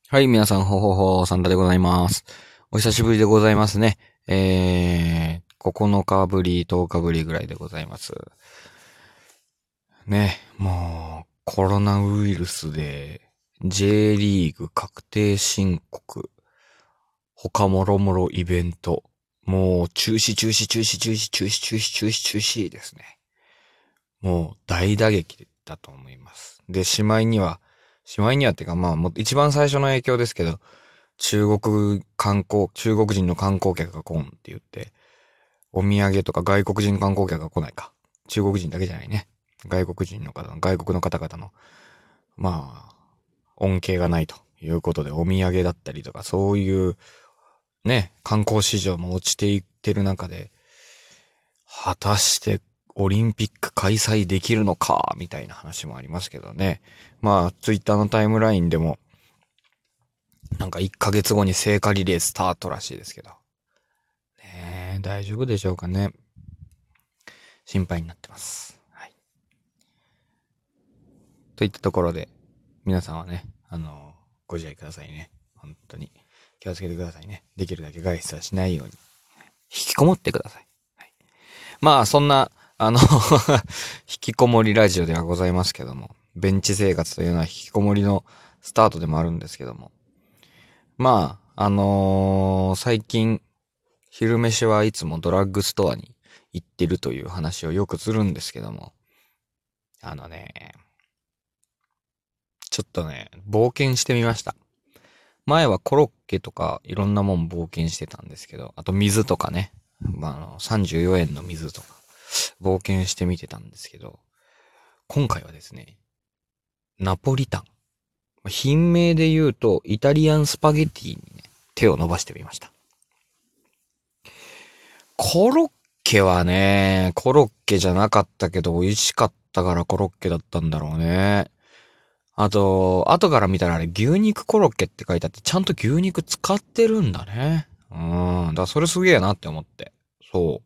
はい、皆さん、サンタでございます。お久しぶりでございますね。9日ぶり、10日ぶりぐらいでございます。ね、もう、コロナウイルスで、J リーグ確定申告、他もろもろイベント、もう、中止ですね。もう、大打撃だと思います。で、しまいにはっていうか、まあ、もう一番最初の影響ですけど、中国人の観光客が来んって言って、お土産とか外国人観光客が来ないか。中国人だけじゃないね。外国の方々の、まあ、恩恵がないということで、お土産だったりとか、そういう、ね、観光市場も落ちていってる中で、果たしてオリンピック開催できるのか、みたいな話もありますけどね。まあ、ツイッターのタイムラインでも、なんか1ヶ月後に聖火リレースタートらしいですけど。ねえ、大丈夫でしょうかね。心配になってます。はい。といったところで、皆さんはね、ご自愛くださいね。本当に。気をつけてくださいね。できるだけ外出はしないように。引きこもってください。はい、まあ、そんな、引きこもりラジオではございますけども、ベンチ生活というのは引きこもりのスタートでもあるんですけども、まあ、最近、昼飯はいつもドラッグストアに行ってるという話をよくするんですけども、あのね、ちょっとね、冒険してみました。前はコロッケとかいろんなもん冒険してたんですけど、あと水とかね、まあ、34円の水とか、冒険してみてたんですけど、今回はですね、ナポリタン。品名で言うと、イタリアンスパゲティにね、手を伸ばしてみました。コロッケはね、コロッケじゃなかったけど美味しかったからコロッケだったんだろうね。あと、後から見たらあれ牛肉コロッケって書いてあって、ちゃんと牛肉使ってるんだね。だからそれすげえなって思って。そう。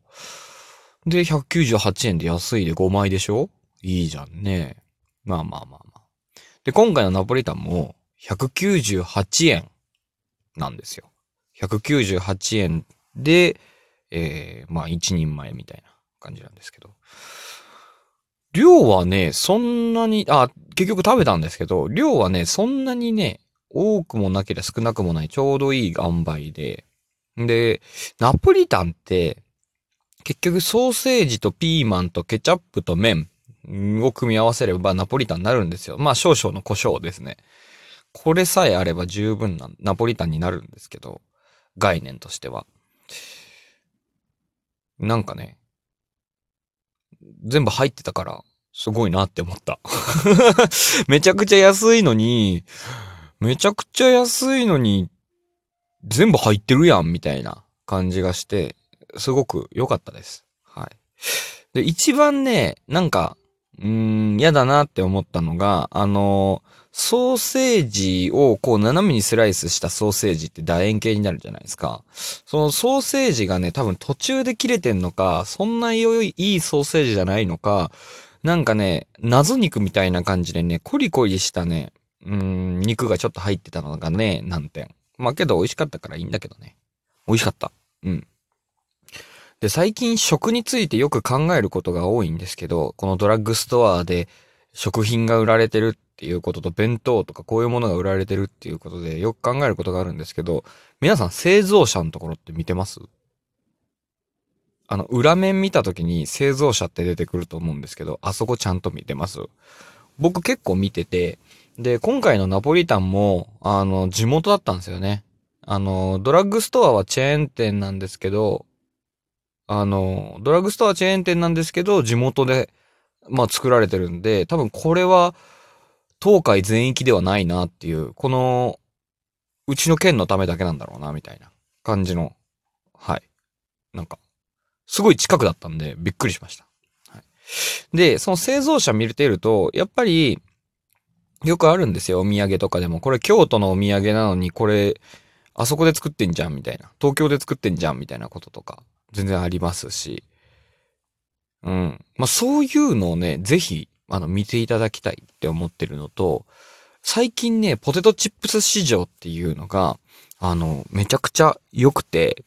で、198円で安いで5枚でしょ。いいじゃんね。まあまあまあまあ。で、今回のナポリタンも198円なんですよ。198円で、まあ一人前みたいな感じなんですけど。量はね、そんなに、結局食べたんですけど、量はね、そんなにね、多くもなければ少なくもない、ちょうどいい塩梅で。で、ナポリタンって、結局ソーセージとピーマンとケチャップと麺を組み合わせればナポリタンになるんですよ。まあ少々の胡椒ですね。これさえあれば十分なナポリタンになるんですけど、概念としては。なんかね、全部入ってたから、すごいなって思った。めちゃくちゃ安いのに、めちゃくちゃ安いのに、全部入ってるやん、みたいな感じがして、すごく良かったです。はい。で、一番ね、なんか、嫌だなって思ったのが、ソーセージをこう斜めにスライスしたソーセージって楕円形になるじゃないですか。そのソーセージがね、多分途中で切れてんのか、そんないいソーセージじゃないのか、なんかね、謎肉みたいな感じでね、コリコリしたね、肉がちょっと入ってたのがね、難点。まあけど美味しかったからいいんだけどね。美味しかった。うん。で、最近食についてよく考えることが多いんですけど、このドラッグストアで食品が売られてるっていうことと弁当とかこういうものが売られてるっていうことでよく考えることがあるんですけど、皆さん製造者のところって見てます？裏面見た時に製造者って出てくると思うんですけど、あそこちゃんと見てます？僕結構見てて、で、今回のナポリタンも、地元だったんですよね。ドラッグストアはチェーン店なんですけど、ドラッグストアチェーン店なんですけど、地元で、まあ作られてるんで、多分これは、東海全域ではないなっていう、この、うちの県のためだけなんだろうな、みたいな感じの、はい。なんか、すごい近くだったんで、びっくりしました。はい、で、その製造者見てると、やっぱり、よくあるんですよ、お土産とかでも。これ京都のお土産なのに、これ、あそこで作ってんじゃん、みたいな。東京で作ってんじゃん、みたいなこととか、全然ありますし。うん。まあ、そういうのをね、ぜひ、見ていただきたいって思ってるのと、 最近ね、ポテトチップス市場っていうのが、めちゃくちゃ良くて、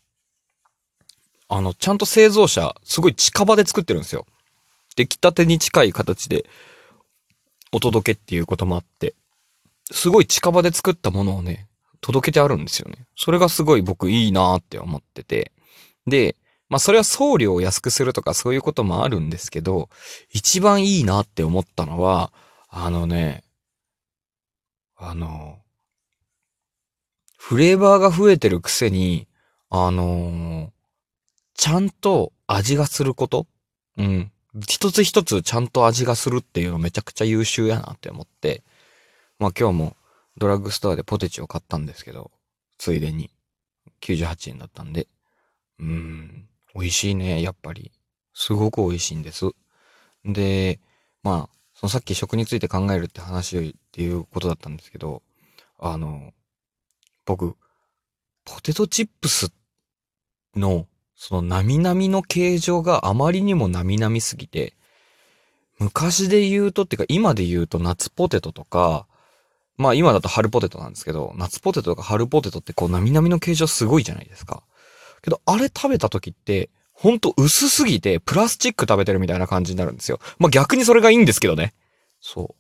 ちゃんと製造者、すごい近場で作ってるんですよ。出来たてに近い形でお届けっていうこともあって、すごい近場で作ったものをね、届けてあるんですよね。それがすごい僕いいなーって思ってて。で、まあそれは送料を安くするとかそういうこともあるんですけど、一番いいなって思ったのは、あのね、あの、フレーバーが増えてるくせに、あのちゃんと味がすること。うん。一つ一つちゃんと味がするっていうのめちゃくちゃ優秀やなって思って、まあ今日もドラッグストアでポテチを買ったんですけど、ついでに98円だったんで、美味しいね、やっぱり。すごく美味しいんです。で、まあ、そのさっき食について考えるって話っていうことだったんですけど、あの、僕、ポテトチップスの、その並々の形状があまりにも並々すぎて、昔で言うとっていうか今で言うと夏ポテトとか、まあ今だと春ポテトなんですけど、夏ポテトとか春ポテトってこう並々の形状すごいじゃないですか。けどあれ食べた時って、ほんと薄すぎてプラスチック食べてるみたいな感じになるんですよ。まあ逆にそれがいいんですけどね。そう。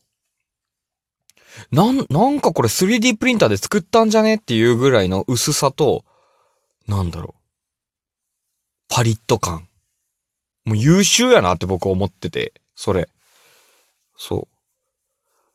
なんかこれ 3D プリンターで作ったんじゃねっていうぐらいの薄さと、なんだろう。パリッと感。もう優秀やなって僕思ってて、それ。そう。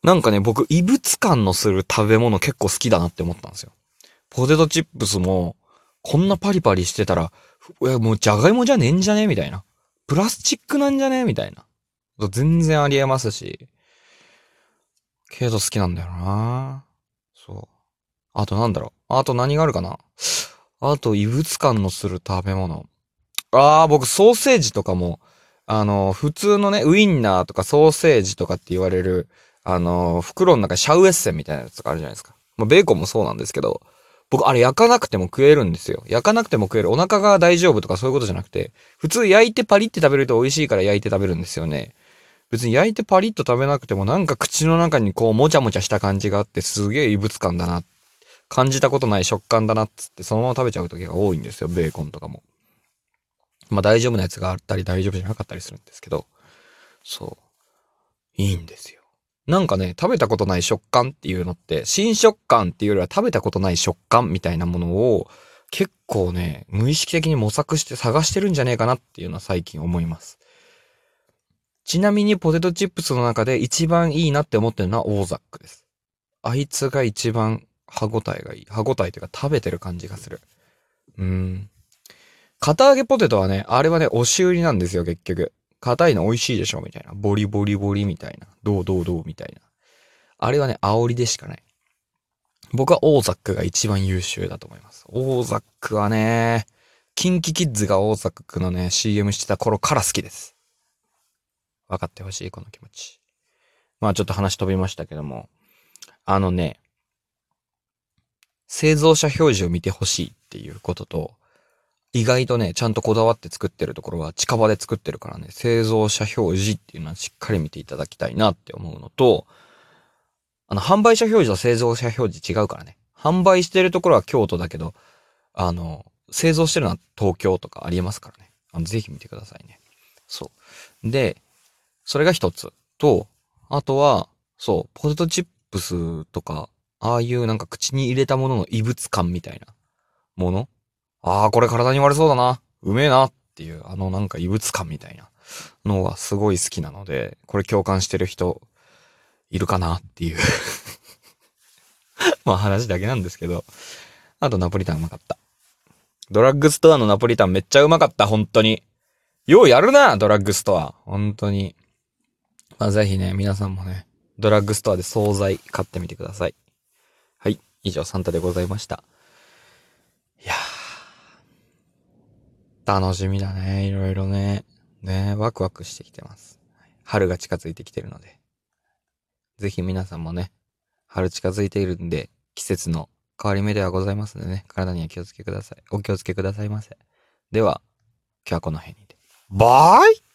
なんかね、僕、異物感のする食べ物結構好きだなって思ったんですよ。ポテトチップスも、こんなパリパリしてたら、もうじゃがいもじゃねえんじゃねみたいな。プラスチックなんじゃねみたいな。全然ありえますし。けど好きなんだよな。そう。あとなんだろう。あと何があるかな。あと異物感のする食べ物。僕ソーセージとかも、普通のね、ウインナーとかソーセージとかって言われる、袋の中にシャウエッセンみたいなやつとかあるじゃないですか。まあ、ベーコンもそうなんですけど、僕あれ焼かなくても食えるんですよ。焼かなくても食える。お腹が大丈夫とかそういうことじゃなくて、普通焼いてパリって食べると美味しいから焼いて食べるんですよね。別に焼いてパリッと食べなくてもなんか口の中にこうもちゃもちゃした感じがあってすげえ異物感だな。感じたことない食感だなっつってそのまま食べちゃう時が多いんですよ。ベーコンとかも。まあ大丈夫なやつがあったり大丈夫じゃなかったりするんですけど、そう。いいんですよ。なんかね、食べたことない食感っていうのって、新食感っていうよりは食べたことない食感みたいなものを、結構ね、無意識的に模索して探してるんじゃねえかなっていうのは最近思います。ちなみにポテトチップスの中で一番いいなって思ってるのはオーザックです。あいつが一番歯ごたえがいい。歯ごたえというか食べてる感じがする。うーん。片揚げポテトはね、あれはね、押し売りなんですよ、結局。硬いの美味しいでしょみたいな。ボリボリボリみたいな。どうみたいな。あれはね、煽りでしかない。僕はオーザックが一番優秀だと思います。オーザックはね、キンキキッズがオーザックのね、CM してた頃から好きです。分かってほしい、この気持ち。まあちょっと話飛びましたけども、あのね、製造者表示を見てほしいっていうことと、意外とね、ちゃんとこだわって作ってるところは近場で作ってるからね、製造者表示っていうのはしっかり見ていただきたいなって思うのと、販売者表示と製造者表示違うからね。販売してるところは京都だけど、製造してるのは東京とかありえますからね。ぜひ見てくださいね。そう。で、それが一つと、あとは、そう、ポテトチップスとか、ああいうなんか口に入れたものの異物感みたいなもの。これ体に悪そうだな。うめえなっていう、なんか異物感みたいなのはすごい好きなので、これ共感してる人いるかなっていうまあ話だけなんですけど、あとナポリタンうまかった。ドラッグストアのナポリタンめっちゃうまかった、本当に。ようやるな、ドラッグストア。本当に。まあぜひね、皆さんもね、ドラッグストアで惣菜買ってみてください。はい。以上、サンタでございました。いやー、楽しみだね、いろいろね。ね、ワクワクしてきてます。春が近づいてきてるので。ぜひ皆さんもね、春近づいているんで、季節の変わり目ではございますのでね、体には気をつけください。お気をつけくださいませ。では、今日はこの辺にて。バイ